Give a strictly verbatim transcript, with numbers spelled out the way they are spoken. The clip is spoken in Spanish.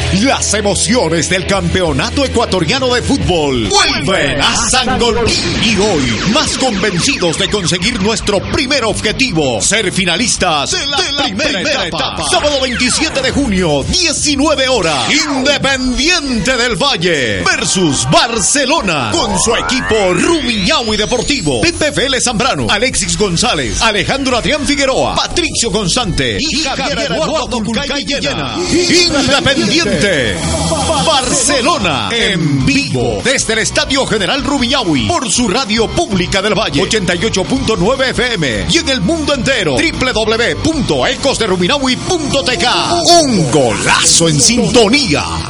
Las emociones del campeonato ecuatoriano de fútbol vuelven a Sangolquí. Y hoy, más convencidos de conseguir nuestro primer objetivo, ser finalistas de la, de la primera, primera etapa. etapa. Sábado veintisiete de junio, diecinueve horas. Independiente del Valle versus Barcelona. Con su equipo Rumiñahui Deportivo. Pepe Vélez Zambrano, Alexis González, Alejandro Adrián Figueroa, Patricio Constante y, y Javier Eduardo Culcay Villena. Independiente Barcelona en vivo desde el Estadio General Rumiñahui por su radio pública del Valle ochenta y ocho punto nueve F M y en el mundo entero doble u doble u doble u punto ecos de rumiñahui punto t k. Un golazo en sintonía.